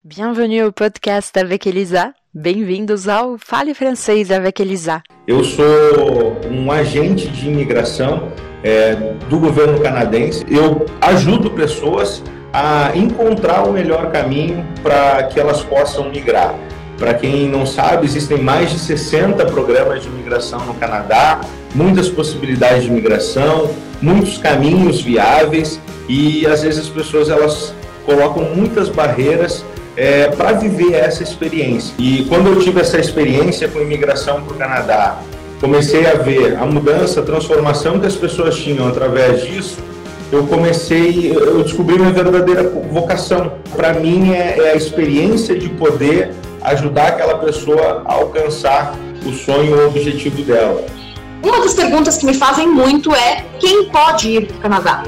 Bienvenue au podcast avec Elisa. Bem-vindos ao Fale Francês avec Elisa. Eu sou um agente de imigração do governo canadense. Eu ajudo pessoas a encontrar o melhor caminho para que elas possam migrar. Para quem não sabe, existem mais de 60 programas de imigração no Canadá, muitas possibilidades de imigração, muitos caminhos viáveis e às vezes as pessoas elas colocam muitas barreiras para viver essa experiência. E quando eu tive essa experiência com imigração para o Canadá, comecei a ver a mudança, a transformação que as pessoas tinham através disso, eu descobri minha verdadeira vocação. Para mim é a experiência de poder ajudar aquela pessoa a alcançar o sonho ou o objetivo dela. Uma das perguntas que me fazem muito é: quem pode ir para o Canadá?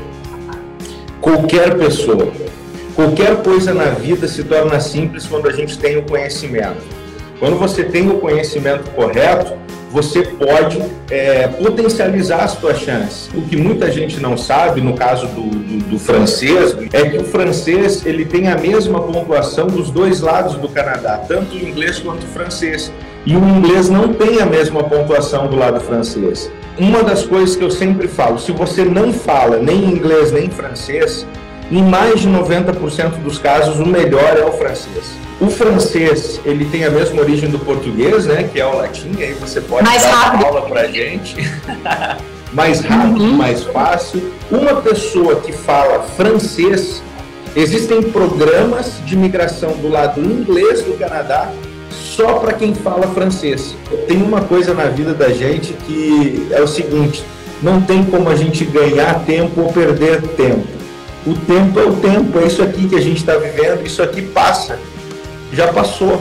Qualquer pessoa. Qualquer coisa na vida se torna simples quando a gente tem o conhecimento. Quando você tem o conhecimento correto, você pode potencializar as suas chances. O que muita gente não sabe, no caso do francês, é que o francês ele tem a mesma pontuação dos dois lados do Canadá, tanto o inglês quanto o francês. E o inglês não tem a mesma pontuação do lado francês. Uma das coisas que eu sempre falo, se você não fala nem inglês nem francês, em mais de 90% dos casos, o melhor é o francês. O francês, ele tem a mesma origem do português, né, que é o latim, aí você pode dar uma aula pra gente. Mais rápido, mais fácil. Uma pessoa que fala francês, existem programas de imigração do lado inglês do Canadá só para quem fala francês. Tem uma coisa na vida da gente que é o seguinte, não tem como a gente ganhar tempo ou perder tempo. O tempo é o tempo, é isso aqui que a gente está vivendo, isso aqui passa, já passou.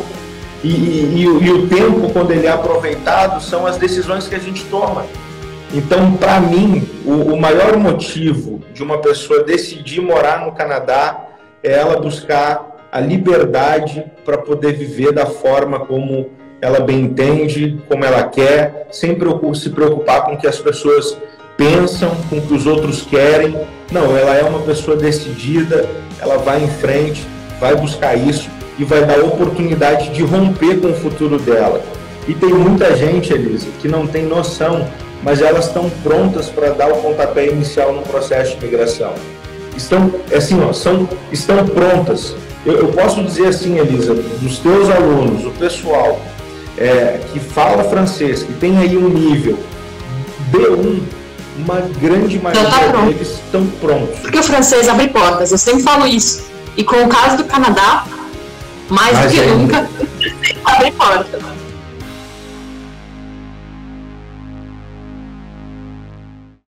E o tempo, quando ele é aproveitado, são as decisões que a gente toma. Então, para mim, o maior motivo de uma pessoa decidir morar no Canadá é ela buscar a liberdade para poder viver da forma como ela bem entende, como ela quer, sem se preocupar com o que as pessoas pensam, com o que os outros querem. Não, ela é uma pessoa decidida, ela vai em frente, vai buscar isso e vai dar oportunidade de romper com o futuro dela. E tem muita gente, Elisa, que não tem noção, mas elas estão prontas para dar o pontapé inicial no processo de migração. Estão prontas. Eu posso dizer assim, Elisa, dos teus alunos, o pessoal que fala francês, que tem aí um nível B1, uma grande maioria deles estão prontos. Porque o francês abre portas, eu sempre falo isso. E com o caso do Canadá, mais do que nunca, abre portas.